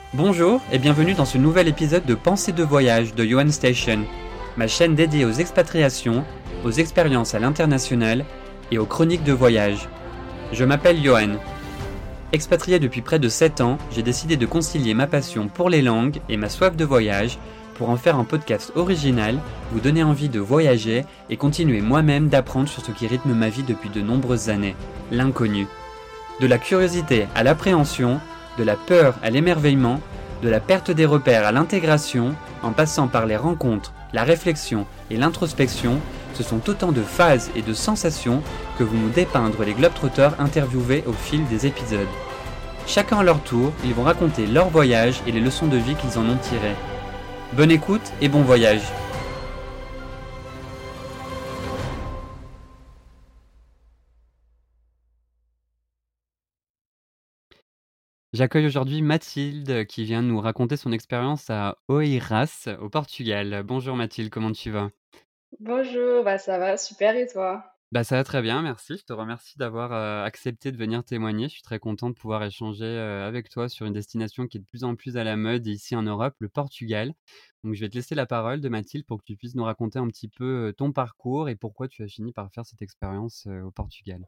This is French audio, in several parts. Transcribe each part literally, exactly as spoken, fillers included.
Bonjour et bienvenue dans ce nouvel épisode de Pensée de voyage de Johan Station, ma chaîne dédiée aux expatriations, aux expériences à l'international et aux chroniques de voyage. Je m'appelle Johan. Expatrié depuis près de sept ans, j'ai décidé de concilier ma passion pour les langues et ma soif de voyage pour en faire un podcast original, vous donner envie de voyager et continuer moi-même d'apprendre sur ce qui rythme ma vie depuis de nombreuses années, l'inconnu. De la curiosité à l'appréhension, de la peur à l'émerveillement, de la perte des repères à l'intégration, en passant par les rencontres, la réflexion et l'introspection, ce sont autant de phases et de sensations que vont nous dépeindre les globetrotters interviewés au fil des épisodes. Chacun à leur tour, ils vont raconter leur voyage et les leçons de vie qu'ils en ont tirées. Bonne écoute et bon voyage. J'accueille aujourd'hui Mathilde qui vient nous raconter son expérience à Oeiras, au Portugal. Bonjour Mathilde, comment tu vas? Bonjour, bah ça va, super et toi? Bah, ça va très bien, merci. Je te remercie d'avoir, heu, accepté de venir témoigner. Je suis très content de pouvoir échanger, heu, avec toi sur une destination qui est de plus en plus à la mode ici en Europe, le Portugal. Donc je vais te laisser la parole de Mathilde pour que tu puisses nous raconter un petit peu, heu, ton parcours et pourquoi tu as fini par faire cette expérience, heu, au Portugal.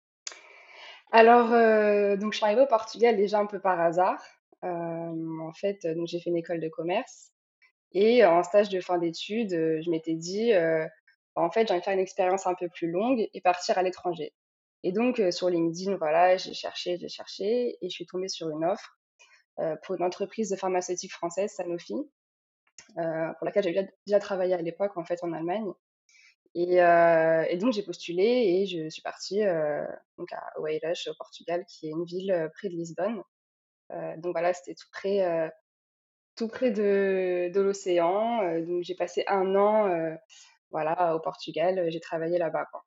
Alors, euh, donc je suis arrivée au Portugal déjà un peu par hasard. Euh, en fait, euh, donc j'ai fait une école de commerce et en stage de fin d'études, euh, je m'étais dit, euh, en fait, j'ai envie de faire une expérience un peu plus longue et partir à l'étranger. Et donc euh, sur LinkedIn, voilà, j'ai cherché, j'ai cherché et je suis tombée sur une offre euh, pour une entreprise de pharmaceutique française, Sanofi, euh, pour laquelle j'avais déjà, déjà travaillé à l'époque en fait en Allemagne. Et, euh, et donc j'ai postulé et je suis partie euh, donc à Oeiras au Portugal, qui est une ville euh, près de Lisbonne. Euh, donc voilà, c'était tout près, euh, tout près de, de l'océan. Euh, donc j'ai passé un an, euh, voilà, au Portugal. euh, J'ai travaillé là-bas, quoi.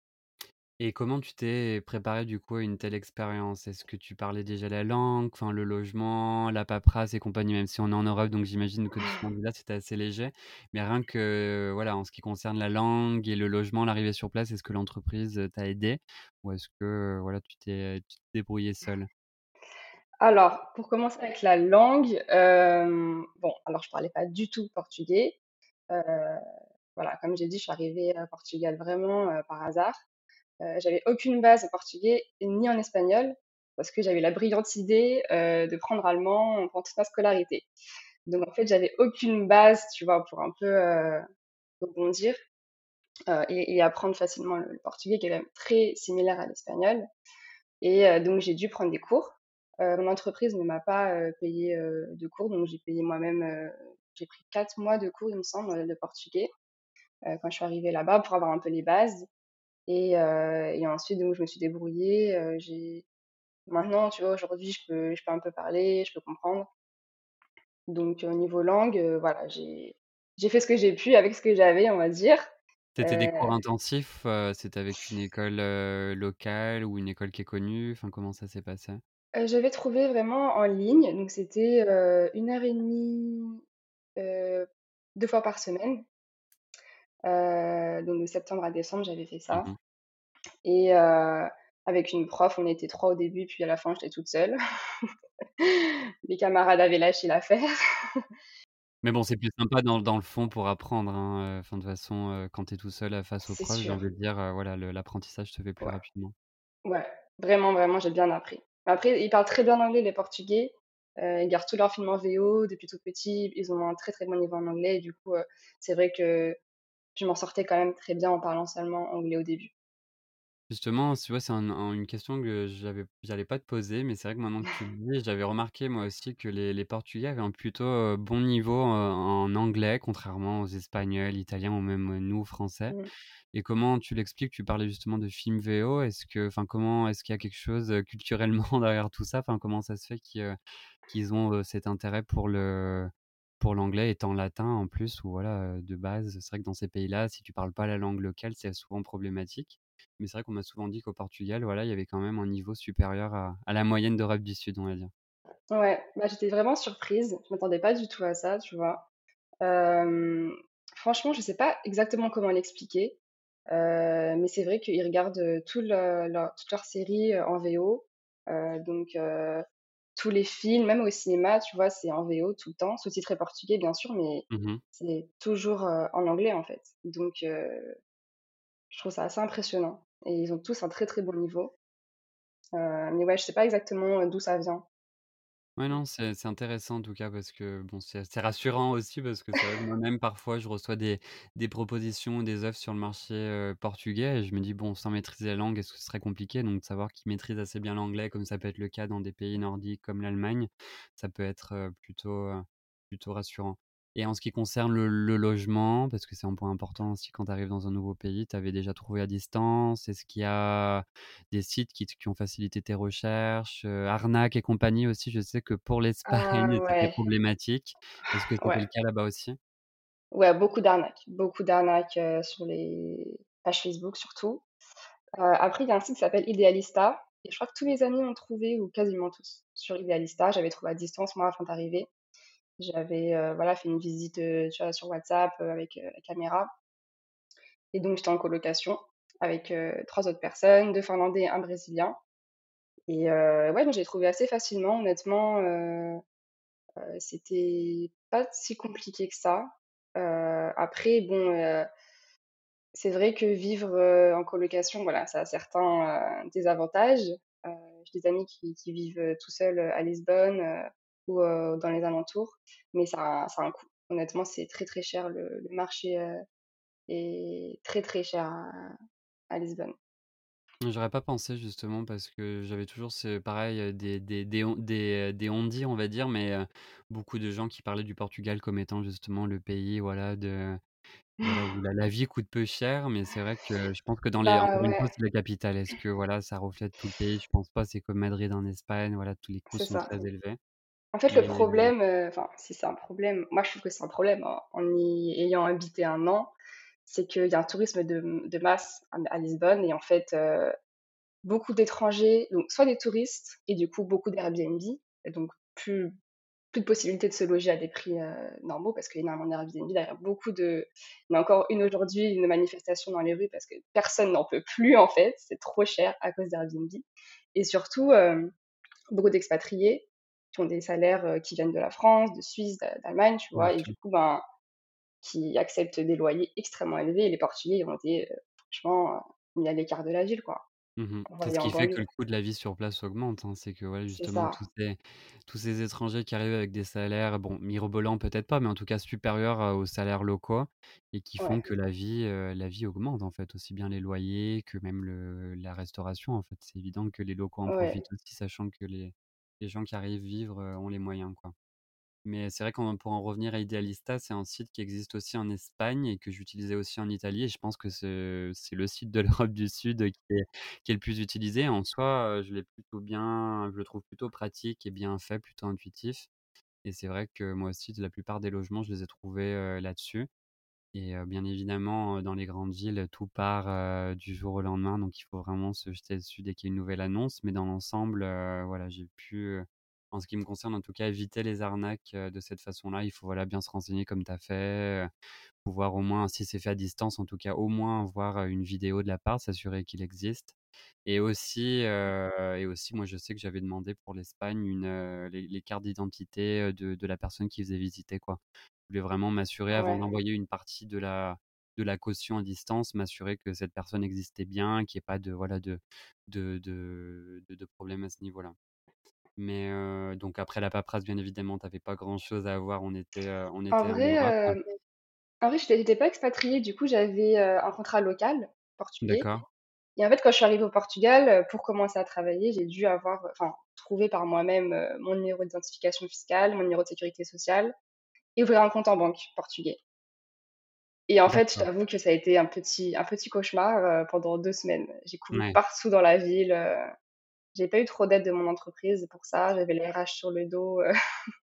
Et comment tu t'es préparé du coup à une telle expérience? Est-ce que tu parlais déjà la langue, enfin le logement, la paperasse et compagnie, même si on est en Europe, donc j'imagine que de ce point de vue-là, c'était assez léger. Mais rien que, voilà, en ce qui concerne la langue et le logement, l'arrivée sur place, est-ce que l'entreprise, heu, t'a aidé? Ou est-ce que, heu, voilà, tu t'es tu t'es débrouillé seul? Alors, pour commencer avec la langue, euh, bon, alors je parlais pas du tout portugais. Euh, voilà, comme j'ai dit, je suis arrivée au Portugal vraiment euh, par hasard. Euh, j'avais aucune base en portugais ni en espagnol parce que j'avais la brillante idée euh, de prendre allemand pendant toute ma scolarité. Donc en fait, j'avais aucune base, tu vois, pour un peu euh, rebondir euh, et, et apprendre facilement le, le portugais qui est quand même très similaire à l'espagnol. Et euh, donc j'ai dû prendre des cours. Euh, mon entreprise ne m'a pas euh, payé euh, de cours, donc j'ai payé moi-même. Euh, j'ai pris quatre mois de cours, il me semble, de portugais euh, quand je suis arrivée là-bas pour avoir un peu les bases. Et, euh, et ensuite, donc, je me suis débrouillée. Euh, j'ai... Maintenant, tu vois, aujourd'hui, je peux, je peux un peu parler, je peux comprendre. Donc, au niveau langue, euh, voilà, j'ai, j'ai fait ce que j'ai pu avec ce que j'avais, on va dire. C'était des Euh, cours intensifs, heu, c'était avec une école, heu, locale ou une école qui est connue? Enfin, comment ça s'est passé? euh, j'avais trouvé vraiment en ligne, donc c'était euh, une heure et demie, euh, deux fois par semaine. Euh, donc, de septembre à décembre, j'avais fait ça. Mmh. Et euh, avec une prof, on était trois au début, puis à la fin, j'étais toute seule. Les camarades avaient lâché l'affaire. Mais bon, c'est plus sympa dans dans le fond pour apprendre, hein, heu, enfin, de toute façon, heu, quand tu es tout seul, heu, face aux C'est profs, j'ai sûr. envie de dire, heu, voilà, le l'apprentissage se fait plus Ouais, rapidement. ouais. Vraiment, vraiment, j'ai bien appris. Après, ils parlent très bien anglais, les Portugais. Euh, ils gardent tous leurs films en V O depuis tout petit. Ils ont un très, très bon niveau en anglais. Et du coup, euh, c'est vrai que je m'en sortais quand même très bien en parlant seulement anglais au début. Justement, tu vois, c'est un un une question que j'avais j'allais pas te poser, mais c'est vrai que maintenant que tu le dis, j'avais remarqué moi aussi que les les Portugais avaient un plutôt, heu, bon niveau, heu, en anglais, contrairement aux Espagnols, Italiens ou même, heu, nous, Français. Mm. Et comment tu l'expliques? Tu parlais justement de films V O. Est-ce que enfin, comment est-ce qu'il y a quelque chose, heu, culturellement derrière tout ça? Enfin, comment ça se fait qu'ils, heu, qu'ils ont, heu, cet intérêt pour le pour l'anglais étant latin en plus ou voilà, heu, de base? C'est vrai que dans ces pays-là, si tu parles pas la langue locale, c'est souvent problématique. Mais c'est vrai qu'on m'a souvent dit qu'au Portugal, voilà, il y avait quand même un niveau supérieur à à la moyenne d'Europe du Sud, on va dire. Ouais, bah, j'étais vraiment surprise. Je m'attendais pas du tout à ça, tu vois. Euh, Franchement, je sais pas exactement comment l'expliquer. Euh, mais c'est vrai qu'ils regardent tout le- leur- toutes leurs séries euh, en V O. Euh, donc, euh, tous les films, même au cinéma, tu vois, c'est en V O tout le temps, sous-titré portugais bien sûr, mais Mmh. c'est toujours, heu, en anglais, en fait. Donc heu, je trouve ça assez impressionnant et ils ont tous un très, très bon niveau. Heu, mais ouais, je sais pas exactement, heu, d'où ça vient. Ouais, non, c'est c'est intéressant en tout cas parce que bon, c'est c'est rassurant aussi parce que c'est vrai que moi-même parfois je reçois des des propositions ou des offres sur le marché, heu, portugais et je me dis: «Bon, sans maîtriser la langue, est-ce que ce serait compliqué?» Donc de savoir qu'ils maîtrisent assez bien l'anglais comme ça peut être le cas dans des pays nordiques comme l'Allemagne, ça peut être, heu, plutôt, heu, plutôt rassurant. Et en ce qui concerne le le logement, parce que c'est un point important aussi quand tu arrives dans un nouveau pays, tu avais déjà trouvé à distance? Est-ce qu'il y a des sites qui t qui ont facilité tes recherches, heu, arnaques et compagnie aussi? Je sais que pour l'Espagne, Ah c'était ouais, problématique. Est-ce que c'était ouais, le cas là-bas aussi? ouais, beaucoup d'arnaques, beaucoup d'arnaques, heu, sur les pages Facebook surtout. Heu, après, il y a un site qui s'appelle Idealista et je crois que tous mes amis ont trouvé ou quasiment tous sur Idealista. J'avais trouvé à distance moi avant d'arriver. J'avais, heu, voilà, fait une visite, heu, tu vois, sur WhatsApp, heu, avec, heu, la caméra et donc j'étais en colocation avec, heu, trois autres personnes, deux Finlandais et un Brésilien et heu, ouais, donc j'ai trouvé assez facilement honnêtement, heu heu, c'était pas si compliqué que ça. Heu, après bon, heu, c'est vrai que vivre, heu, en colocation, voilà, ça a certains, heu, désavantages. Heu, j'ai des amis qui qui vivent, heu, tout seuls, heu, à Lisbonne, heu, ou, heu, dans les alentours, mais ça a ça a un coût. Honnêtement, c'est très, très cher. Le le marché, heu, est très, très cher à à Lisbonne. J'aurais pas pensé justement parce que j'avais toujours ce pareil, heu, des des des on des, heu, des on-dit on va dire, mais, heu, beaucoup de gens qui parlaient du Portugal comme étant justement le pays voilà de voilà où la la vie coûte peu cher, mais c'est vrai que je pense que dans les Bah, encore une fois, ouais, c'est la capitale. Est-ce que voilà, ça reflète tout le pays? Je pense pas, c'est comme Madrid en Espagne, voilà, tous les coûts c'est sont ça. très élevés. En fait, le Mais problème, heu, enfin, si c'est un problème, moi je trouve que c'est un problème, en en y ayant habité un an, c'est qu'il y a un tourisme de de masse à à Lisbonne et en fait, heu beaucoup d'étrangers, donc soit des touristes et du coup beaucoup d'Airbnb et donc plus plus de possibilités de se loger à des prix, heu, normaux parce qu'il y a énormément d'Airbnb. D'ailleurs beaucoup de il y en a encore une aujourd'hui, une manifestation dans les rues parce que personne n'en peut plus en fait, c'est trop cher à cause d'Airbnb et surtout, hem, beaucoup d'expatriés qui ont des salaires, heu, qui viennent de la France, de Suisse, d'a d'Allemagne, tu bien vois? Et sûr. du coup, ben, qui acceptent des loyers extrêmement élevés et les Portugais, ils ont été, heu, franchement, heu, mis à l'écart de la ville, quoi. Mmh. C'est ce Envoyés en qui fait que banlieue. le coût de la vie sur place augmente, hein. C'est que, ouais, C'est justement, ça, tous ces tous ces étrangers qui arrivent avec des salaires, bon, mirobolants peut-être pas, mais en tout cas supérieurs, heu, aux salaires locaux et qui ouais, font que la vie, heu, la vie augmente, en fait, aussi bien les loyers que même le la restauration, en fait. C'est évident que les locaux en ouais, profitent aussi, sachant que les les gens qui arrivent vivre, heu, ont les moyens, quoi. Mais c'est vrai qu'en pour en revenir à Idealista, c'est un site qui existe aussi en Espagne et que j'utilisais aussi en Italie et je pense que c'est c'est le site de l'Europe du Sud qui est qui est le plus utilisé. En soi, heu, je l'ai plutôt bien je le trouve plutôt pratique et bien fait, plutôt intuitif et c'est vrai que moi aussi, la plupart des logements, je les ai trouvés, heu, là-dessus et heu, bien évidemment, heu, dans les grandes villes, tout part, heu, du jour au lendemain, donc il faut vraiment se jeter dessus dès qu'il y a une nouvelle annonce. Mais dans l'ensemble, heu, voilà, j'ai pu, heu, en ce qui me concerne en tout cas, éviter les arnaques, heu, de cette façon-là. Il faut, voilà, bien se renseigner comme tu as fait, heu, pouvoir au moins, si c'est fait à distance, en tout cas, au moins voir, heu, une vidéo de la part, s'assurer qu'il existe et aussi, heu et aussi moi je sais que j'avais demandé pour l'Espagne une, heu, les les cartes d'identité, heu, de de la personne qui faisait visiter, quoi. Je voulais vraiment m'assurer avant ouais. d'envoyer une partie de la de la caution à distance, m'assurer que cette personne existait bien, qu'il y ait pas de voilà de de de de de problème à ce niveau-là. Mais heu, donc après la paperasse, bien évidemment, tu avais pas grand chose à avoir, on était, heu, on En était en vrai, Europe. heu, en vrai, j'étais j'étais pas expatriée, du coup, j'avais, heu, un contrat local portugais D'accord, et en fait, quand je suis arrivée au Portugal, heu, pour commencer à travailler, j'ai dû avoir, enfin, trouver par moi-même, heu, mon numéro d'identification fiscale, mon numéro de sécurité sociale et ouvrir un compte en banque portugais et en fait, je d'accord. t'avoue que ça a été un petit un petit cauchemar, heu, pendant deux semaines. J'ai couru Ouais. partout dans la ville, heu, j'ai pas eu trop d'aide de mon entreprise pour ça. J'avais les R H sur le dos, heu,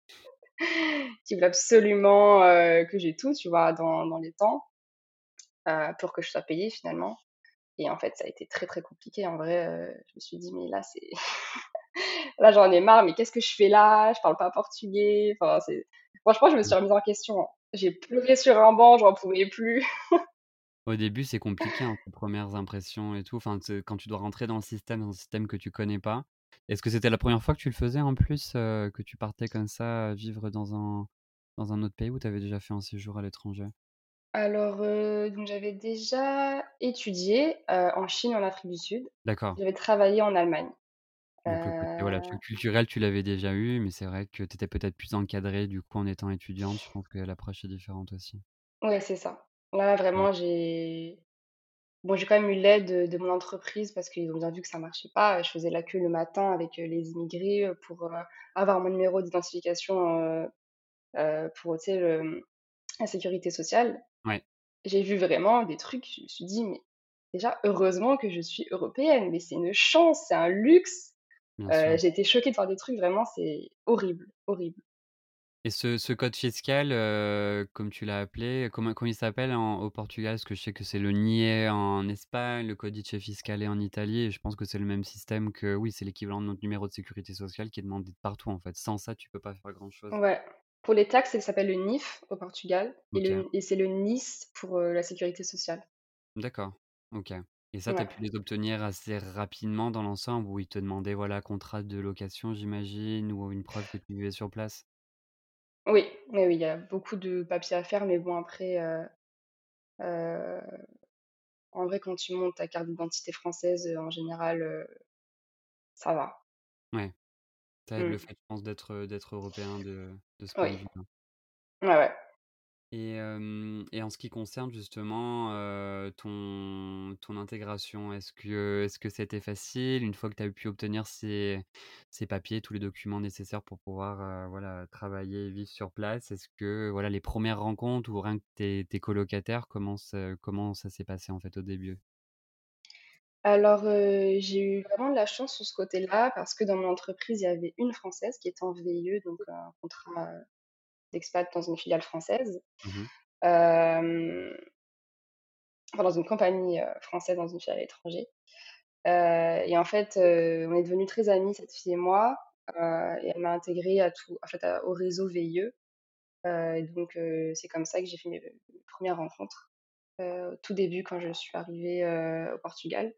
qui voulaient absolument, heu, que j'ai tout, tu vois, dans dans les temps, heu, pour que je sois payée finalement et en fait, ça a été très, très compliqué. En vrai, heu, je me suis dit: «Mais là, c'est là, j'en ai marre, mais qu'est-ce que je fais là? Je parle pas portugais». Enfin, c'est franchement, je me suis remise en question, hein. J'ai pleuré sur un banc, j'en pouvais plus. Au début, c'est compliqué, hein, ces premières impressions et tout, enfin, tu quand tu dois rentrer dans le système, dans un système que tu connais pas. Est-ce que c'était la première fois que tu le faisais en plus, heu, que tu partais comme ça, vivre dans un dans un autre pays ou tu avais déjà fait un séjour à l'étranger? Alors, heu, donc j'avais déjà étudié, heu, en Chine et en Afrique du Sud. D'accord, J'avais travaillé en Allemagne. donc le côté, voilà, Heu, truc culturel, tu l'avais déjà eu, mais c'est vrai que tu étais peut-être plus encadrée du coup en étant étudiante. Je pense que l'approche est différente aussi. ouais, c'est ça. Là, Ouais, vraiment, j'ai bon, j'ai quand même eu l'aide de de mon entreprise parce qu'ils ont bien vu que ça marchait pas. Je faisais la queue le matin avec, heu, les immigrés, heu, pour, heu, avoir mon numéro d'identification, heu heu, pour, tu sais, le, mmh, la sécurité sociale. ouais, J'ai vu vraiment des trucs, je me suis dit: «Mais déjà, heureusement que je suis européenne, mais c'est une chance, c'est un luxe». bien Heu, sûr. j'ai été choquée de voir des trucs, vraiment, c'est horrible, horrible. Et ce ce code fiscal, heu, comme tu l'as appelé, comment comment il s'appelle en au Portugal? Parce que je sais que c'est le N I E en Espagne, le Codice Fiscale en Italie et je pense que c'est le même système que oui, c'est l'équivalent de notre numéro de sécurité sociale qui est demandé de partout, en fait. Sans ça, tu peux pas faire grand-chose. Ouais. Pour les taxes, ça s'appelle le N I F au Portugal et OK, le et c'est le N I S pour, heu, la sécurité sociale. d'accord, OK. Et ça, tu as Ouais. pu les obtenir assez rapidement dans l'ensemble où ils te demandaient, voilà, contrat de location, j'imagine, ou une preuve que tu vivais sur place? Oui, oui, oui, il y a beaucoup de papiers à faire, mais bon après, heu heu, en vrai, quand tu montes ta carte d'identité française, heu, en général, heu, ça va. Ouais, ça aide le Mmh. fait, je pense, d'être, d'être européen de de ce point Oui. de vue-là. Ouais, ouais. Et hem et en ce qui concerne justement, heu, ton ton intégration, est-ce que est-ce que c'était facile une fois que tu as pu obtenir ces ces papiers, tous les documents nécessaires pour pouvoir, heu, voilà, travailler et vivre sur place? Est-ce que, voilà, les premières rencontres ou rien que tes tes colocataires, comment se comment ça s'est passé, en fait, au début? Alors, heu, j'ai eu vraiment de la chance sur ce côté-là parce que dans mon entreprise, il y avait une Française qui était en V I E, donc un contrat, heu, d'expat dans une filiale française. Mmh. Hem, enfin dans une compagnie, heu, française dans une filiale à l'étranger. Heu et en fait, heu, on est devenues très amies, cette fille et moi, heu et elle m'a intégrée à tout en fait, à au réseau V I E, heu et donc heu, c'est comme ça que j'ai fait mes mes premières rencontres, heu, au tout début quand je suis arrivée, heu, au Portugal.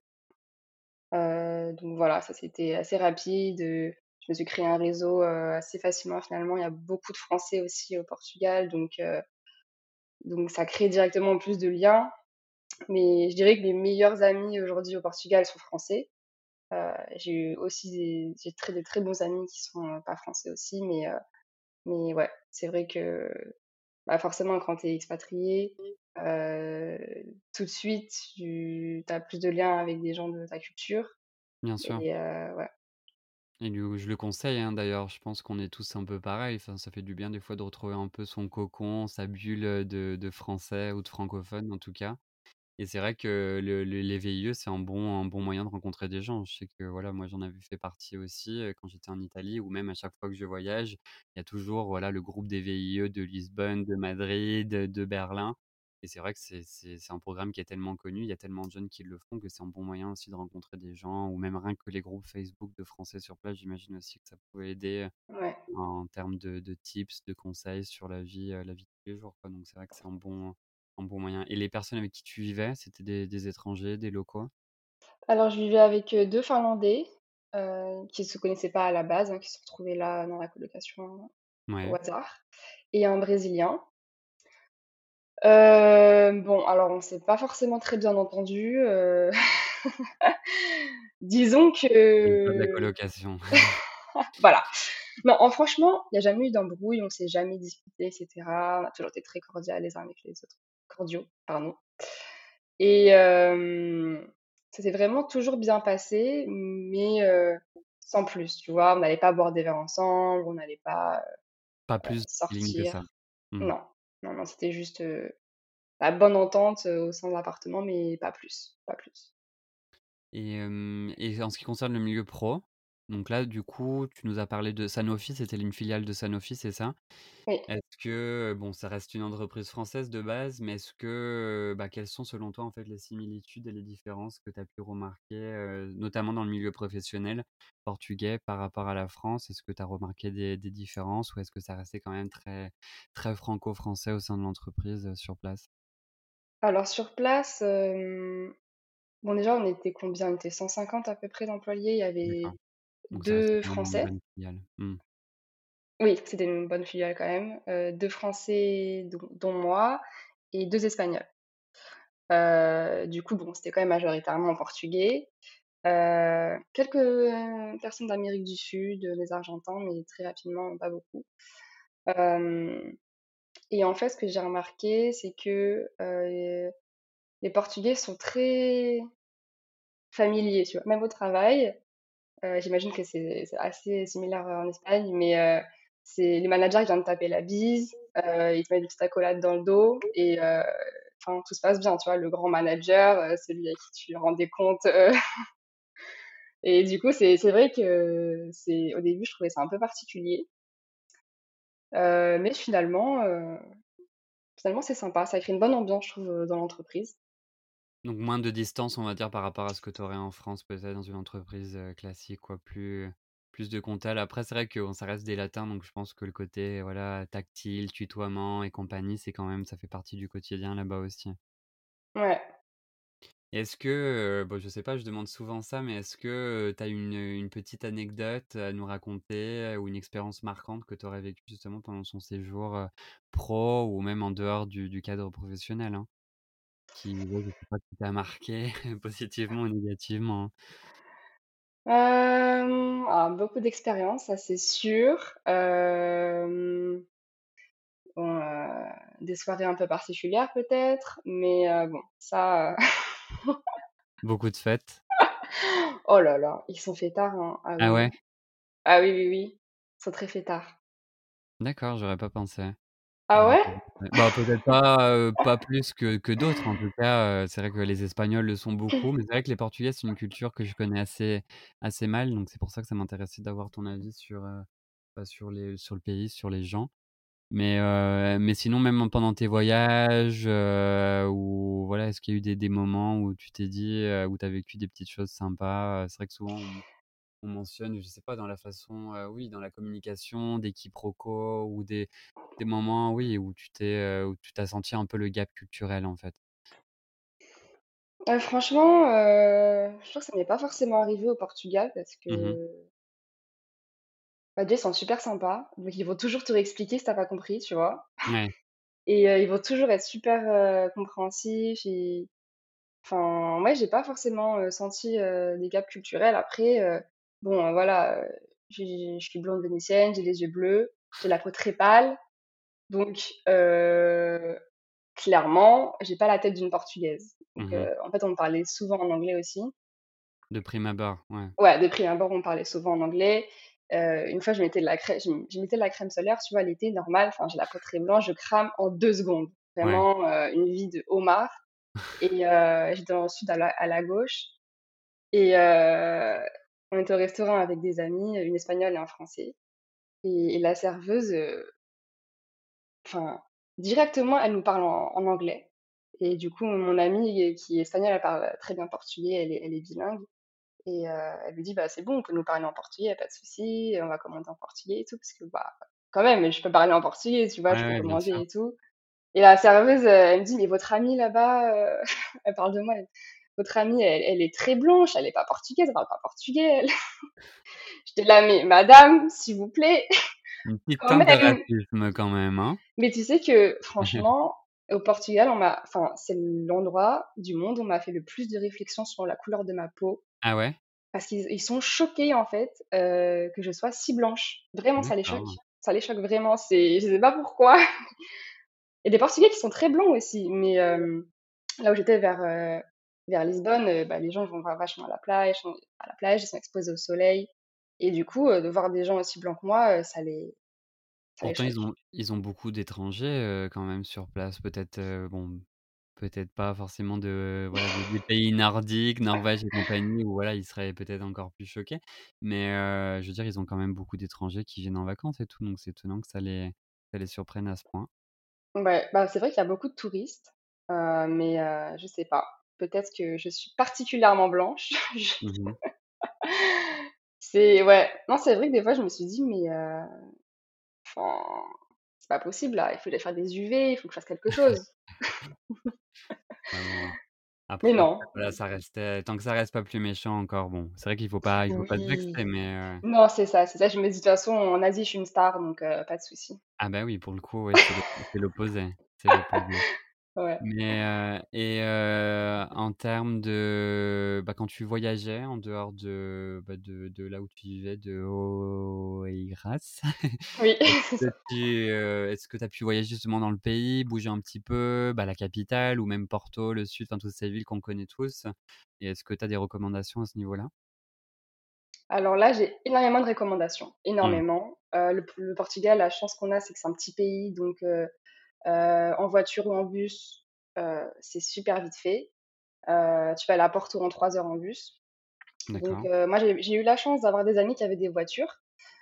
Heu, donc voilà, ça c'était assez rapide, heu, je me suis créé un réseau, heu, assez facilement finalement. Il y a beaucoup de Français aussi au Portugal, donc heu, donc ça crée directement plus de liens. Mais je dirais que mes meilleurs amis aujourd'hui au Portugal sont français. Heu, j'ai eu aussi des j'ai très des très bons amis qui sont, heu, pas français aussi, mais heu, mais ouais, c'est vrai que, bah, forcément quand tu es expatrié, heu, tout de suite tu as plus de liens avec des gens de ta culture Bien sûr. et heu, ouais, Et du je le conseille, hein, d'ailleurs, je pense qu'on est tous un peu pareil. Enfin, ça fait du bien des fois de retrouver un peu son cocon, sa bulle, de de français ou de francophone en tout cas. Et c'est vrai que le le les V I E, c'est un bon un bon moyen de rencontrer des gens. Je sais que, voilà, moi, j'en avais fait partie aussi, heu, quand j'étais en Italie ou même à chaque fois que je voyage, il y a toujours, voilà, le groupe des V I E de Lisbonne, de Madrid, de de Berlin et c'est vrai que c'est c'est c'est un programme qui est tellement connu, il y a tellement de jeunes qui le font que c'est un bon moyen aussi de rencontrer des gens ou même rien que les groupes Facebook de Français sur place, j'imagine aussi que ça pouvait aider, ouais. heu, en termes de de tips, de conseils sur la vie, heu, la vie de tous les jours, quoi. Donc c'est vrai que c'est un bon un bon moyen. Et les personnes avec qui tu vivais, c'était des des étrangers, des locaux? Alors je vivais avec, heu, deux Finlandais, heu, qui se connaissaient pas à la base, hein, qui se sont retrouvés là dans la colocation au Ouais, hasard et un Brésilien. Heu, bon, alors on s'est pas forcément très bien entendus, heu, disons j'aime pas de la que colocation. voilà. Non, en franchement, il y a jamais eu d'embrouille, on s'est jamais disputés et cetera. On a toujours été très cordial les uns avec les autres. Cordiaux, pardon et hem, ça s'est vraiment toujours bien passé, mais heu, sans plus, tu vois? On n'allait pas boire des verres ensemble, on n'allait pas, Pas heu, plus feeling que ça. sortir. Mmh. Non, non, non, c'était juste, heu, la bonne entente, heu, au sein de l'appartement, mais pas plus, pas plus. Et hem et en ce qui concerne le milieu pro, donc là, du coup, tu nous as parlé de Sanofi, c'était une filiale de Sanofi, c'est ça? Oui. Est-ce que, bon, ça reste une entreprise française de base, mais est-ce que, bah, quelles sont selon toi, en fait, les similitudes et les différences que tu as pu remarquer, heu, notamment dans le milieu professionnel portugais par rapport à la France? Est-ce que tu as remarqué des des différences ou est-ce que ça restait quand même très très franco-français au sein de l'entreprise, heu, sur place? Alors sur place, hem, bon déjà on était combien? On était cent cinquante à peu près d'employés. Il y avait D'accord. Donc ça reste deux quand même une Français. bonne filiale. Mmh. Oui, c'était une bonne filiale quand même. Heu, deux Français dont dont moi et deux Espagnols. Heu, du coup, bon, c'était quand même majoritairement en portugais. Heu, quelques, heu, personnes d'Amérique du Sud, heu, des Argentins, mais très rapidement, pas beaucoup. Hem et en fait, ce que j'ai remarqué, c'est que, heu, les Portugais sont très familiers, tu vois? Même au travail, heu, j'imagine que c'est c'est assez similaire, heu, en Espagne, mais heu, c'est les managers, ils viennent te taper la bise, heu, ils te mettent une petite accolade dans le dos et heu, enfin, tout se passe bien, tu vois? Le grand manager, heu, celui à qui tu rends des comptes, heu et du coup, c'est c'est vrai que c'est au début, je trouvais ça un peu particulier, heu, mais finalement, heu, finalement, c'est sympa. Ça crée une bonne ambiance, je trouve, heu, dans l'entreprise. Donc moins de distance, on va dire, par rapport à ce que tu aurais en France, peut-être dans une entreprise, heu, classique quoi, plus plus de contact. Après c'est vrai que bon, ça reste des latins, donc je pense que le côté, voilà, tactile, tutoiement et compagnie, c'est quand même ça fait partie du quotidien là-bas aussi. Ouais. Est-ce que, heu, bon, je sais pas, je demande souvent ça, mais est-ce que, heu, tu as une, une petite anecdote à nous raconter, heu, ou une expérience marquante que tu aurais vécue justement pendant son séjour, heu, pro ou même en dehors du du cadre professionnel, hein? Qui, ouais, je sais pas, qui t'a marqué positivement ou négativement? Hem, ah, beaucoup d'expérience, ça c'est sûr. Hem, bon, heu, des soirées un peu particulières peut-être, mais heu, bon, ça, heu Beaucoup de fêtes? oh là là, ils sont fêtards, hein. Ah Ah oui. ouais? Ah oui, oui, oui, ils sont très fêtards. D'accord, j'aurais pas pensé. Ah J'aurais ouais? pas pensé. Bah, peut-être pas, heu, pas plus que que d'autres en tout cas, heu, c'est vrai que les Espagnols le sont beaucoup, mais c'est vrai que les Portugais, c'est une culture que je connais assez assez mal, donc c'est pour ça que ça m'intéressait d'avoir ton avis sur, heu, bah, sur les sur le pays, sur les gens. Mais heu, mais sinon même pendant tes voyages, heu, ou voilà, est-ce qu'il y a eu des des moments où tu t'es dit, heu, où tu as vécu des petites choses sympas? Heu, c'est vrai que souvent on on mentionne, je sais pas, dans la façon, heu, oui, dans la communication, des quiproquos ou des des moments, oui, où tu t'es, heu, où tu t'as senti un peu le gap culturel, en fait. Heu, franchement, heu, je trouve que ça m'est pas forcément arrivé au Portugal parce Mmh. que, bah, déjà, ils sont super sympas, donc ils vont toujours te réexpliquer si tu as pas compris, tu vois? Ouais, Et heu, ils vont toujours être super, heu, compréhensifs et enfin, ouais, j'ai pas forcément, heu, senti, heu, des gaps culturels. Après, heu, bon, heu, voilà, heu, j'ai je suis blonde vénitienne, j'ai les yeux bleus, j'ai la peau très pâle, donc heu, clairement, j'ai pas la tête d'une Portugaise. Donc mmh. heu, en fait, on me parlait souvent en anglais aussi. De prime abord, ouais. Ouais, de prime abord, on me parlait souvent en anglais. Heu, une fois, je mettais de la crème je m je mettais de la crème solaire, tu vois, l'été, normal, enfin, j'ai la peau très blanche, je crame en deux secondes. Ouais. Vraiment, heu, une vie de homard et heu, j'étais dans le sud à la à la gauche et heu, on était au restaurant avec des amis, une espagnole et un français et et la serveuse, heu, enfin, directement, elle nous parle en en anglais et du coup, mon amie qui est espagnole, elle parle très bien portugais, elle est elle est bilingue. Et heu, elle lui dit: «Bah, c'est bon, on peut nous parler en portugais, y a pas de souci, on va commander en portugais et tout», parce que, bah, quand même, je peux parler en portugais, tu vois? Ouais, Je peux ouais, bien sûr. commander et tout. Et la serveuse, heu, elle me dit: «Mais votre amie là-bas», heu, elle parle de moi, elle: «Votre amie, elle elle est très blanche, elle est pas portugaise, elle parle pas portugais elle». J'étais là: «Mais madame, s'il vous plaît, Une petite quand teinte de même». racisme quand même, hein? Mais tu sais que franchement, au Portugal, on m'a enfin, c'est l'endroit du monde où on m'a fait le plus de réflexions sur la couleur de ma peau. Ah ouais? Parce qu'ils ils sont choqués en fait, heu, que je sois si blanche. Vraiment, ça les choque. D'accord. Ça les choque vraiment, c'est je sais pas pourquoi. Il y a des Portugais qui sont très blancs aussi, mais hem, là où j'étais vers, heu, vers Lisbonne, heu, bah, les gens ils vont va vachement à la plage sont à la plage, ils sont exposés au soleil et du coup, heu, de voir des gens aussi blancs que moi, heu, ça les ça les Pourtant ils choque. ont ils ont beaucoup d'étrangers, heu, quand même sur place. Peut-être, heu, bon, peut-être pas forcément de voilà, des des pays nordiques, Norvège et compagnie où voilà, ils seraient peut-être encore plus choqués. Mais, heu, je veux dire, ils ont quand même beaucoup d'étrangers qui viennent en vacances et tout, donc c'est étonnant que ça les ça les surprenne à ce point. Ouais, bah, c'est vrai qu'il y a beaucoup de touristes, heu, mais heu, je sais pas. Peut-être que je suis particulièrement blanche. Je Mmh. c'est ouais, non, c'est vrai que des fois je me suis dit: «Mais heu» Enfin, c'est pas possible là, il faut aller faire des U V, il faut que je fasse quelque chose. Ah bon. Mais Après après non. voilà, ça restait tant que ça reste pas plus méchant encore, bon. C'est vrai qu'il faut pas il faut pas se vexer, Oui. mais heu Non, c'est ça, c'est ça. Je me dis: «De toute façon, en Asie, je suis une star, donc heu, pas de souci». ah bah oui, pour le coup, ouais, c'est l'op c'est l'opposé, c'est l'opposé. Ouais. Mais heu et heu, en termes de bah, quand tu voyageais en dehors de, bah, de de là où tu vivais, de Oeiras, Oui, est-ce c'est que ça. tu, heu, est-ce que tu as pu voyager justement dans le pays, bouger un petit peu, bah, la capitale ou même Porto, le sud, enfin toutes ces villes qu'on connaît tous? Et est-ce que tu as des recommandations à ce niveau-là? Alors là, j'ai énormément de recommandations, Mmh, énormément. Heu, le le Portugal, la chance qu'on a, c'est que c'est un petit pays, donc heu heu, en voiture ou en bus, heu, c'est super vite fait. Heu, tu vas aller à Porto en trois heures en bus. Donc d'accord, heu, moi, j'ai j'ai eu la chance d'avoir des amis qui avaient des voitures.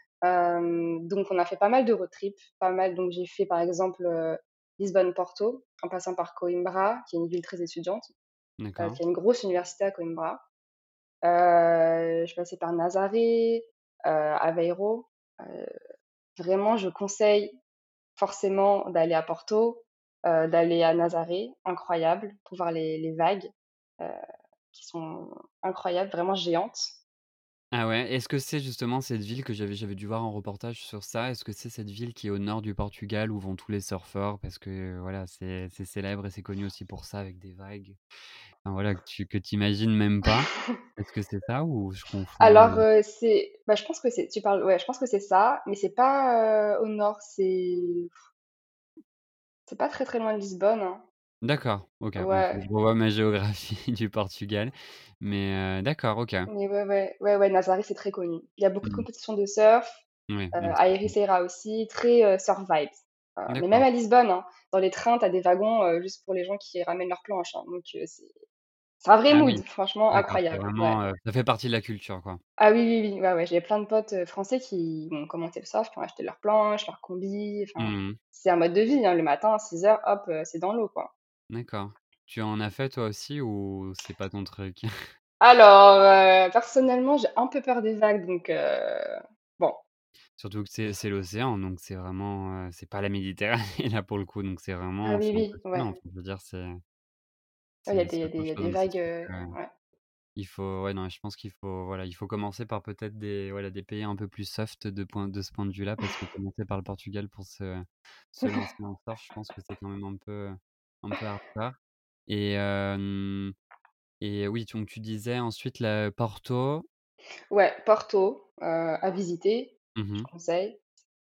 Hem, donc on a fait pas mal de road trip, pas mal donc j'ai fait, par exemple, heu, Lisbonne-Porto, en passant par Coimbra, qui est une ville très étudiante, heu, d'accord. qui a une grosse université à Coimbra. Heu, je suis passée par Nazaré, heu, Aveiro. Heu, Vraiment, je conseille forcément d'aller à Porto, heu, d'aller à Nazaré, incroyable, pour voir les les vagues, heu, qui sont incroyables, vraiment géantes. Ah ouais, est-ce que c'est justement cette ville que j'avais j'avais dû voir un reportage sur ça? Est-ce que c'est cette ville qui est au nord du Portugal où vont tous les surfeurs? Parce que, heu, voilà, c'est c'est célèbre et c'est connu aussi pour ça avec des vagues, enfin voilà, que tu que tu imagines même pas. Est-ce que c'est ça ou je confonds, Alors, heu? heu, c'est bah, je pense que c'est tu parles ouais, je pense que c'est ça, mais c'est pas, heu, au nord, c'est c'est pas très, très loin de Lisbonne, hein. D'accord, OK, bon, faut que Ouais, je revoie ma géographie du Portugal, mais heu, d'accord, OK. mais ouais, ouais, ouais, ouais, Nazaré, c'est très connu. Il y a beaucoup de Mmh. compétitions de surf, Ouais, heu, donc à c'est Ericeira aussi, très, heu, surf vibes. Heu, mais même d'accord. à Lisbonne, hein, dans les trains, tu as des wagons, heu, juste pour les gens qui ramènent leurs planches, hein, donc heu, c'est c'est un vrai Ah mood, oui, franchement d'accord, c'est incroyable, ouais. vraiment, heu, ça fait partie de la culture, quoi. Ah oui, oui, oui, ouais, ouais, j'ai plein de potes, heu, français qui ont commencé le surf, qui ont acheté leurs planches, leurs combis, enfin, Mmh. c'est un mode de vie, hein. Le matin à six heures, hop, heu, c'est dans l'eau, quoi. D'accord. Tu en as fait toi aussi ou c'est pas ton truc? Alors, heu, personnellement, j'ai un peu peur des vagues, donc heu, bon. Surtout que c'est c'est l'océan, donc c'est vraiment, heu, c'est pas la Méditerranée là pour le coup, donc c'est Ah vraiment oui, c'est oui, ouais. impressionnant. Enfin, je veux dire, c'est Ouais, il y a c'est des il c'est y a des autre il y a chose, des donc c'est vagues, sûr heu, que ouais. il faut ouais, non, je pense qu'il faut voilà, il faut commencer par peut-être des voilà, des pays un peu plus soft de point de ce point de vue-là, parce que commencer par le Portugal pour se se lancer en surf, je pense que c'est quand même un peu un peu hardcore et hem et oui, donc tu disais ensuite la Porto. Ouais, Porto, heu, à visiter, Mmh je mh. conseille.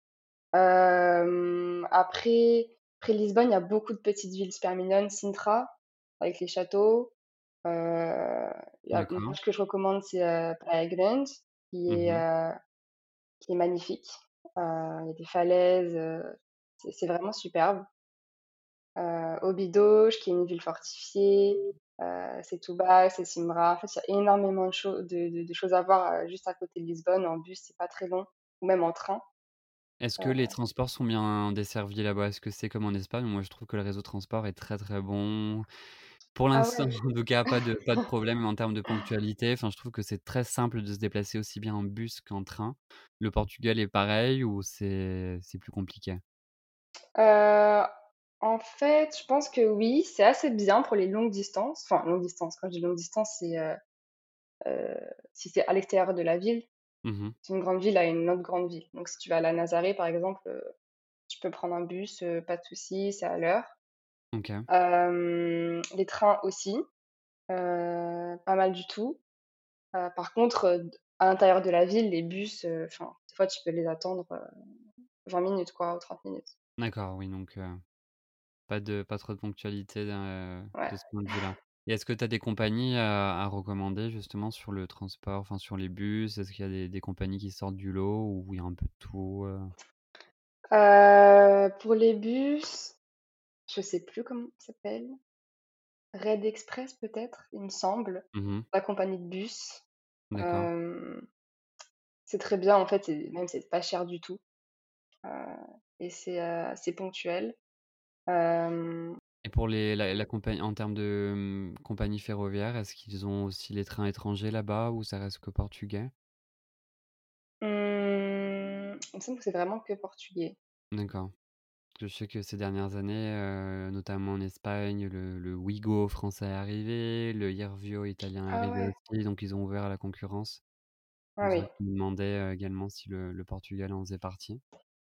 Hem, après après Lisbonne, il y a beaucoup de petites villes super mignonnes, Sintra, avec les châteaux. Heu, il y a une D'accord. plage que je recommande, c'est, heu, Praia Grande, qui Mmh est, mh. heu, qui est magnifique. Heu, il y a des falaises, heu, c'est c'est vraiment superbe. Heu, Óbidos, qui est une ville fortifiée, heu, Setúbal, Sesimbra. En fait, il y a énormément de cho de de de choses à voir, heu, juste à côté de Lisbonne. En bus, c'est pas très long, ou même en train. Est-ce que Heu, les transports sont bien desservis là-bas? Est-ce que c'est comme en Espagne? Moi, je trouve que le réseau de transport est très, très bon. Pour ah l'instant, ouais. en tout cas, pas de pas de problème en termes de ponctualité. Enfin, je trouve que c'est très simple de se déplacer aussi bien en bus qu'en train. Le Portugal est pareil ou c'est c'est plus compliqué? Heu, En fait, je pense que oui, c'est assez bien pour les longues distances. Enfin, longue distance, quand je dis longue distance, c'est, heu heu, si c'est à l'extérieur de la ville. Mmh mh. C'est une grande ville à une autre grande ville. Donc si tu vas à la Nazaré, par exemple, heu, tu peux prendre un bus, heu, pas de souci, c'est à l'heure. OK. Hem, les trains aussi, heu, pas mal du tout. Heu, par contre, heu, d à l'intérieur de la ville, les bus, heu, enfin, des fois, tu peux les attendre, heu, vingt minutes, quoi, ou trente minutes. D'accord, oui, donc heu, pas de pas trop de ponctualité, heu, Ouais. de ce point de vue-là. Et est-ce que tu as des compagnies à à recommander justement sur le transport, enfin sur les bus? Est-ce qu'il y a des des compagnies qui sortent du lot ou il y a un peu de tout, heu? Heu, pour les bus, je sais plus comment ça s'appelle. Red Express peut-être, il me semble, Mmh mh. la compagnie de bus. D'accord. Hem, c'est très bien en fait, c'est même c'est pas cher du tout, heu et c'est, heu, c'est ponctuel. Hem, Et pour les la la compagnie en termes de, mmh, compagnie ferroviaire, est-ce qu'ils ont aussi les trains étrangers là-bas ou ça reste que portugais? mmh, il me semble que c'est vraiment que portugais. D'accord. Je sais que ces dernières années, heu, notamment en Espagne, le le Wigo français est arrivé, le Yervio italien est Ah arrivé ouais. aussi, donc ils ont ouvert à la concurrence. Ah Donc c'est oui. vrai que je me demandais, heu, également si le le Portugal en faisait partie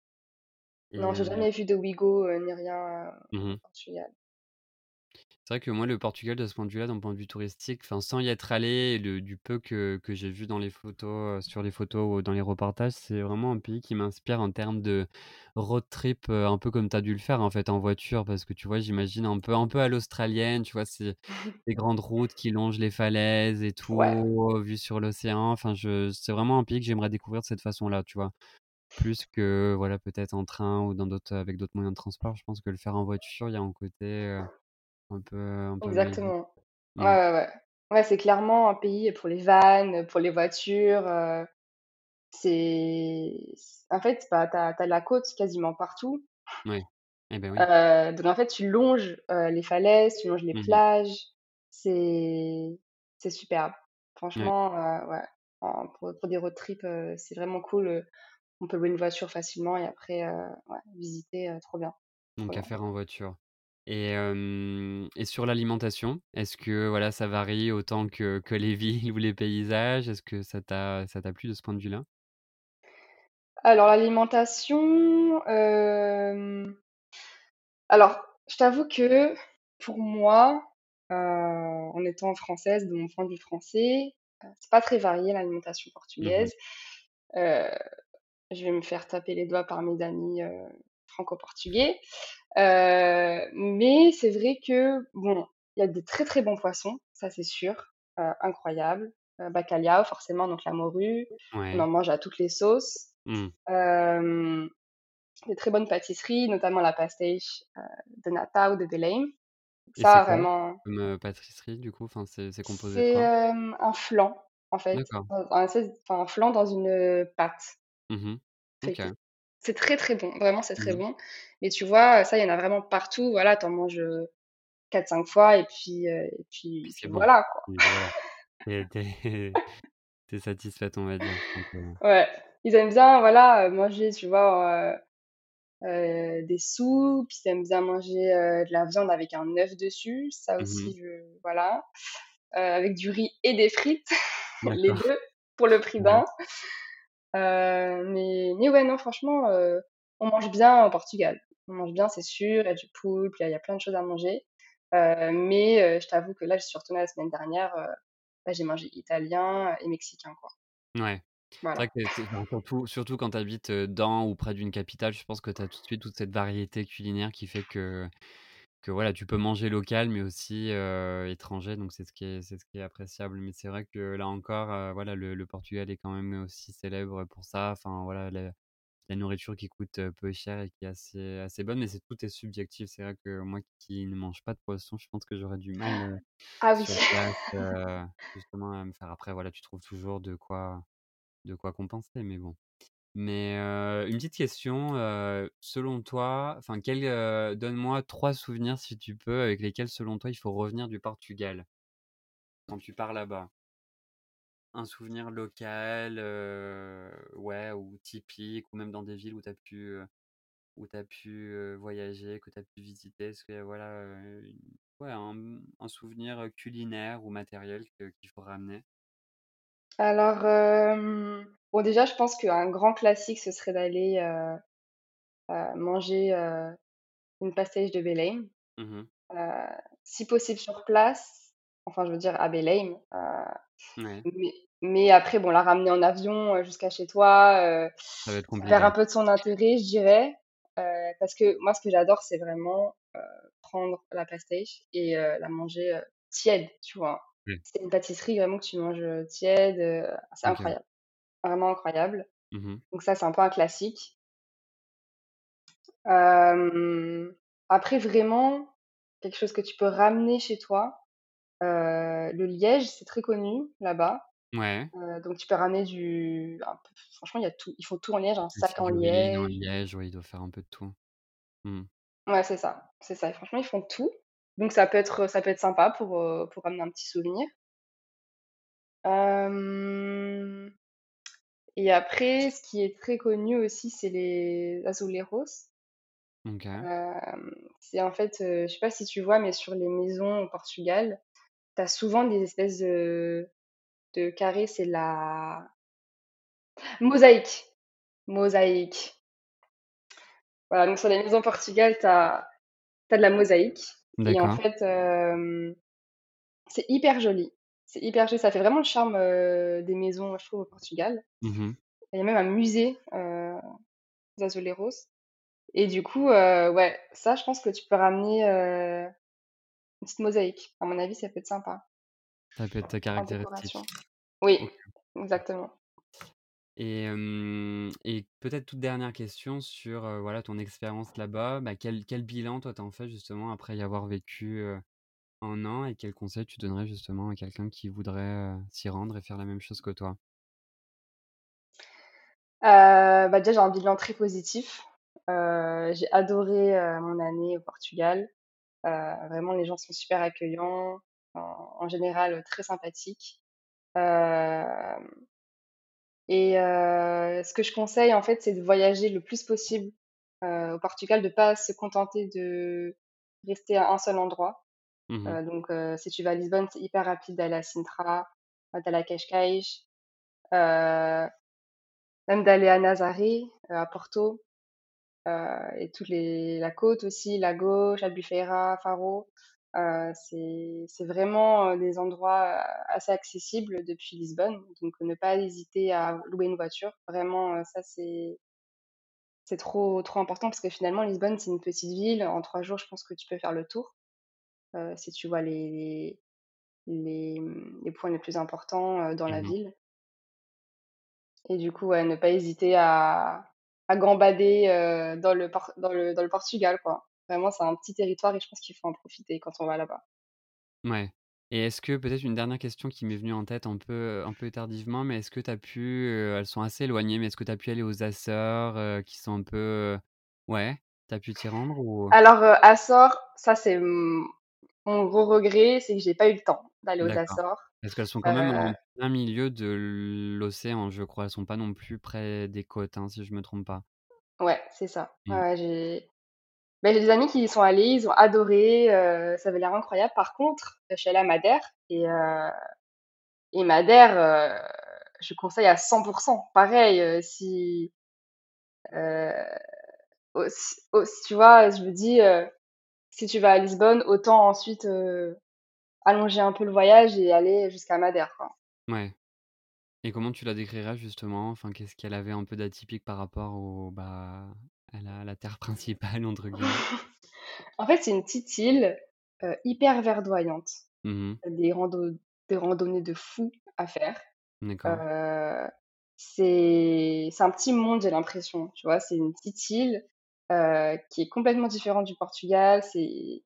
et Non, j'ai heu jamais vu de Wigo, heu, ni rien, heu, au mmh Portugal. C'est vrai que moi, le Portugal, de ce point de vue-là, d'un point de vue touristique, enfin, sans y être allé et le du peu que que j'ai vu dans les photos, heu, sur les photos ou dans les reportages, c'est vraiment un pays qui m'inspire en termes de road trip, heu, un peu comme tu as dû le faire, en fait, en voiture. Parce que, tu vois, j'imagine un peu un peu à l'australienne, tu vois? C'est des grandes routes qui longent les falaises et Ouais, tout, vue sur l'océan. Enfin, je c'est vraiment un pays que j'aimerais découvrir de cette façon-là, tu vois? Plus que, voilà, peut-être en train ou dans d'autres avec d'autres moyens de transport. Je pense que le faire en voiture, il y a un côté, heu, un peu un peu magique. exactement. Ouais, Mmh. ouais, ouais. Ouais, c'est clairement un pays pour les vannes, pour les voitures, heu, c'est c en fait, bah, tu as la côte quasiment partout, Ouais. Eh ben oui. heu, donc en fait, tu longes, heu, les falaises, tu longes les Mmh mh. plages, c'est c'est superbe. Ouais, Franchement, heu, ouais, en pour pour des road trips, heu, c'est vraiment cool, heu, on peut louer une voiture facilement et après, heu, ouais, visiter, heu, trop bien, trop donc à bien. faire en voiture et hem et sur l'alimentation, est-ce que, voilà, ça varie autant que que les villes ou les paysages? Est-ce que ça t'a ça t'a plu de ce point de vue-là? Alors l'alimentation, hem, alors je t'avoue que pour moi, heu, en étant française, de mon point de vue français, heu, c'est pas très varié l'alimentation Mmh mh. portugaise. Heu, je vais me faire taper les doigts par mes amis, heu, franco-portugais. Heu, mais c'est vrai que bon, il y a des très, très bons poissons, ça c'est sûr, heu, incroyable. Heu, bacalhau forcément, donc la morue, on en Ouais. mange à toutes les sauces. Mmh. Hem Des très bonnes pâtisseries, notamment la pastéis, heu, de nata ou de Belém. Et c'est Ça quoi vraiment, comme, heu, pâtisserie du coup? Enfin, c'est c'est composé de c'est, quoi? hem, un flan, en fait, D'accord. un un espèce enfin un flan dans une, heu, pâte Mmh mh. OK. feuilletée. C'est très, très bon, vraiment c'est très Mmh. bon. Mais tu vois, ça, il y en a vraiment partout, voilà, tu en manges, heu, quatre cinq fois et puis, heu et Puis puis c'est puis bon. voilà, quoi. Oui, voilà. Tu es tu es tu es satisfaite, on va dire. Donc, heu, Ouais, ils aiment bien, voilà, heu, manger, tu vois, heu heu, des soupes, ils aiment bien manger, heu, de la viande avec un œuf dessus, ça mmh mh. aussi je voilà. Heu, avec du riz et des frites, les D'accord. deux pour le prix Ouais. d'un. Heu, mais mais ouais, non, franchement, heu, on mange bien au Portugal. On mange bien, c'est sûr, il y a du poulpe, il y a il y a plein de choses à manger. Heu, mais heu, je t'avoue que là, je suis retournée la semaine dernière, heu, bah, j'ai mangé italien et mexicain, quoi. Ouais. C'est vrai Voilà. que c'est enfin, surtout surtout quand tu habites, heu, dans ou près d'une capitale, je pense que tu as tout de suite toute cette variété culinaire qui fait que que voilà, tu peux manger local, mais aussi, heu, étranger, donc c'est ce qui est c'est ce qui est appréciable. Mais c'est vrai que là encore, heu, voilà, le le Portugal est quand même aussi célèbre pour ça. Enfin voilà, la la nourriture qui coûte, heu, peu cher et qui est assez assez bonne, mais c'est tout est subjectif. C'est vrai que moi qui ne mange pas de poisson, je pense que j'aurais du mal, heu, Ah oui. sur place, heu, justement à me faire après voilà, tu trouves toujours de quoi de quoi compenser, mais bon. Mais, heu, une petite question, heu, selon toi, enfin quel, heu donne-moi trois souvenirs si tu peux, avec lesquels selon toi il faut revenir du Portugal, quand tu pars là-bas? Un souvenir local, heu, ouais ou typique ou même dans des villes où tu as pu, heu, où tu pu, heu, voyager, que tu as pu visiter. Est-ce que voilà, heu, une ouais un, mmh, un souvenir, heu, culinaire ou matériel que qu'il faut ramener? Alors, hem, bon, déjà, je pense qu'un grand classique, ce serait d'aller, heu heu, manger, heu, une pastéis de Belém. Mmh. Heu, Si possible sur place, enfin, je veux dire à Belém, heu Ouais, Mais mais après bon, la ramener en avion, heu, jusqu'à chez toi, heu, ça va être ça perd compliqué. un peu de son intérêt, je dirais, heu, parce que moi, ce que j'adore, c'est vraiment, heu, prendre la pastéis et heu, la manger, heu, tiède, tu vois? Ouais, C'est une pâtisserie vraiment que tu manges, heu, tiède, heu, c'est OK. incroyable, vraiment incroyable. Mmh. Donc ça, c'est un peu un classique. Hem, Après vraiment, quelque chose que tu peux ramener chez toi, heu, le liège, c'est très connu là-bas. Ouais. Heu, donc tu peux ramener du un peu franchement, il y a tout. Ils font tout en liège, un Des sac en figurines en liège. liège, ouais, il doit faire un peu de tout. Mmh. Ouais, c'est ça, c'est ça et franchement, ils font tout. Donc ça peut être, ça peut être sympa pour, heu, pour ramener un petit souvenir. Hem Et après, ce qui est très connu aussi, c'est les azuleros. OK. Hem, c'est en fait, heu, je sais pas si tu vois, mais sur les maisons au Portugal, tu as souvent des espèces de de carrés, c'est la mosaïque, mosaïque. Voilà, donc sur les maisons au Portugal, tu as tu as de la mosaïque et en D'accord. fait, hem, c'est hyper joli. C'est hyper joli, ça fait vraiment le charme, heu, des maisons, je trouve, au Portugal. Mmh. Il y a même un musée, heu, aux Azuleros et du coup, heu, ouais, ça, je pense que tu peux ramener, heu, une petite mosaïque. À mon avis, ça peut être sympa Ça peut être en caractéristique. décoration. Oui, OK. exactement. Et hem et peut-être toute dernière question sur, heu, voilà, ton expérience là-bas. Bah, quel quel bilan toi t'en fais justement après y avoir vécu, heu, un an et quels conseils tu donnerais justement à quelqu'un qui voudrait, heu, s'y rendre et faire la même chose que toi? Heu, bah, déjà, j'ai un bilan très positif. Heu, j'ai adoré, heu, mon année au Portugal. Heu, vraiment, les gens sont super accueillants, en en général, très sympathiques. Hem et heu, ce que je conseille, en fait, c'est de voyager le plus possible, heu, au Portugal, de pas se contenter de rester à un seul endroit. Mmh. Heu, donc heu, si tu vas à Lisbonne, c'est hyper rapide d'aller à Sintra, heu, d'aller à Cascais, heu, même d'aller à Nazaré, heu, à Porto. Heu et toutes les la côte aussi, la gauche, Albufeira, Faro, heu, c'est c'est vraiment, heu, des endroits, heu, assez accessibles depuis Lisbonne, donc ne pas hésiter à louer une voiture. Vraiment, heu, ça c'est c'est trop trop important parce que finalement Lisbonne, c'est une petite ville. En trois jours, je pense que tu peux faire le tour, heu, si tu vois les les, mmh, les points les plus importants, heu, dans la Mmh. ville et du coup, ouais, ne pas hésiter à à gambader, heu, dans le Por dans le dans le Portugal, quoi. Vraiment, c'est un petit territoire et je pense qu'il faut en profiter quand on va là-bas. Ouais. Et est-ce que peut-être une dernière question qui m'est venue en tête un peu, un peu tardivement, mais est-ce que tu as pu, heu, elles sont assez éloignées, mais est-ce que tu as pu aller aux Açores, heu, qui sont un peu, heu ouais, tu as pu t'y rendre ou? Alors, heu, Açores, ça c'est, mmh, mon gros regret, c'est que j'ai pas eu le temps d'aller aux D'accord. Açores. Parce qu'elles sont quand même Heu, en plein milieu de l'océan, je crois. Elles sont pas non plus près des côtes, hein, si je me trompe pas. ouais, c'est ça. Ouais, Mmh. ouais, j'ai bah, j'ai des amis qui y sont allés, ils ont adoré, heu, ça avait l'air incroyable. Par contre, je suis allée à Madère et heu et Madère, heu, je conseille à cent. Pareil, heu, si, heu, auss auss tu vois, je me dis, heu, si tu vas à Lisbonne, autant ensuite, heu, allonger un peu le voyage et aller jusqu'à Madère, quoi. Ouais. Et comment tu la décrirais justement? Enfin, qu'est-ce qu'elle avait un peu d'atypique par rapport au bah, à la la «terre principale» entre guillemets? En fait, c'est une petite île, heu, hyper verdoyante. Mmh. Des rando des randonnées de fou à faire. D'accord. Heu, c'est c'est un petit monde, j'ai l'impression, tu vois? C'est une petite île, heu, qui est complètement différente du Portugal. C'est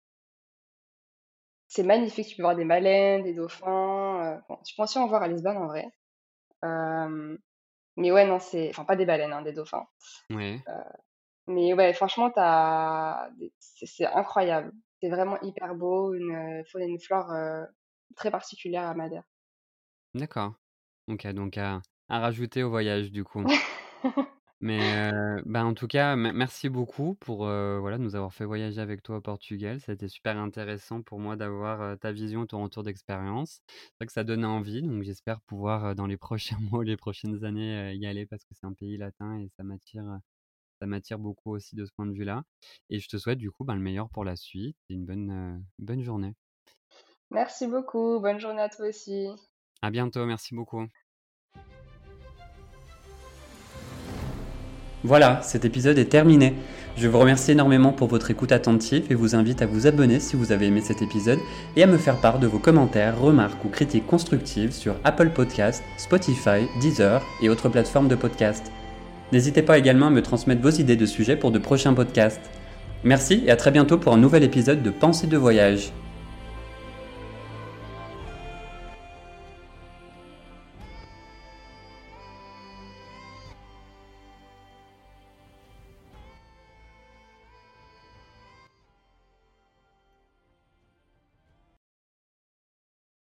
c'est magnifique, tu peux voir des baleines, des dauphins, heu, bon, tu peux aussi en voir à Lisbonne en vrai. Hem, mais ouais, non, c'est enfin pas des baleines, hein, des dauphins. Ouais. Heu, mais ouais, franchement, tu as des c'est c'est incroyable. C'est vraiment hyper beau, une, heu, faune et une flore, heu, très particulière à Madère. D'accord. OK, donc à à rajouter au voyage du coup. Mais, heu, bah, en tout cas, me merci beaucoup pour, heu, voilà, nous avoir fait voyager avec toi au Portugal. Ça a été super intéressant pour moi d'avoir, heu, ta vision, ton retour d'expérience. C'est vrai que ça donne envie, donc j'espère pouvoir, heu, dans les prochains mois ou les prochaines années, heu, y aller parce que c'est un pays latin et ça m'attire, heu, ça m'attire beaucoup aussi de ce point de vue-là. Et je te souhaite du coup, ben, le meilleur pour la suite et une bonne, heu, bonne journée. Merci beaucoup, bonne journée à toi aussi. À bientôt, merci beaucoup. Voilà, cet épisode est terminé. Je vous remercie énormément pour votre écoute attentive et vous invite à vous abonner si vous avez aimé cet épisode et à me faire part de vos commentaires, remarques ou critiques constructives sur Apple Podcasts, Spotify, Deezer et autres plateformes de podcast. N'hésitez pas également à me transmettre vos idées de sujets pour de prochains podcasts. Merci et à très bientôt pour un nouvel épisode de Pensée de voyage.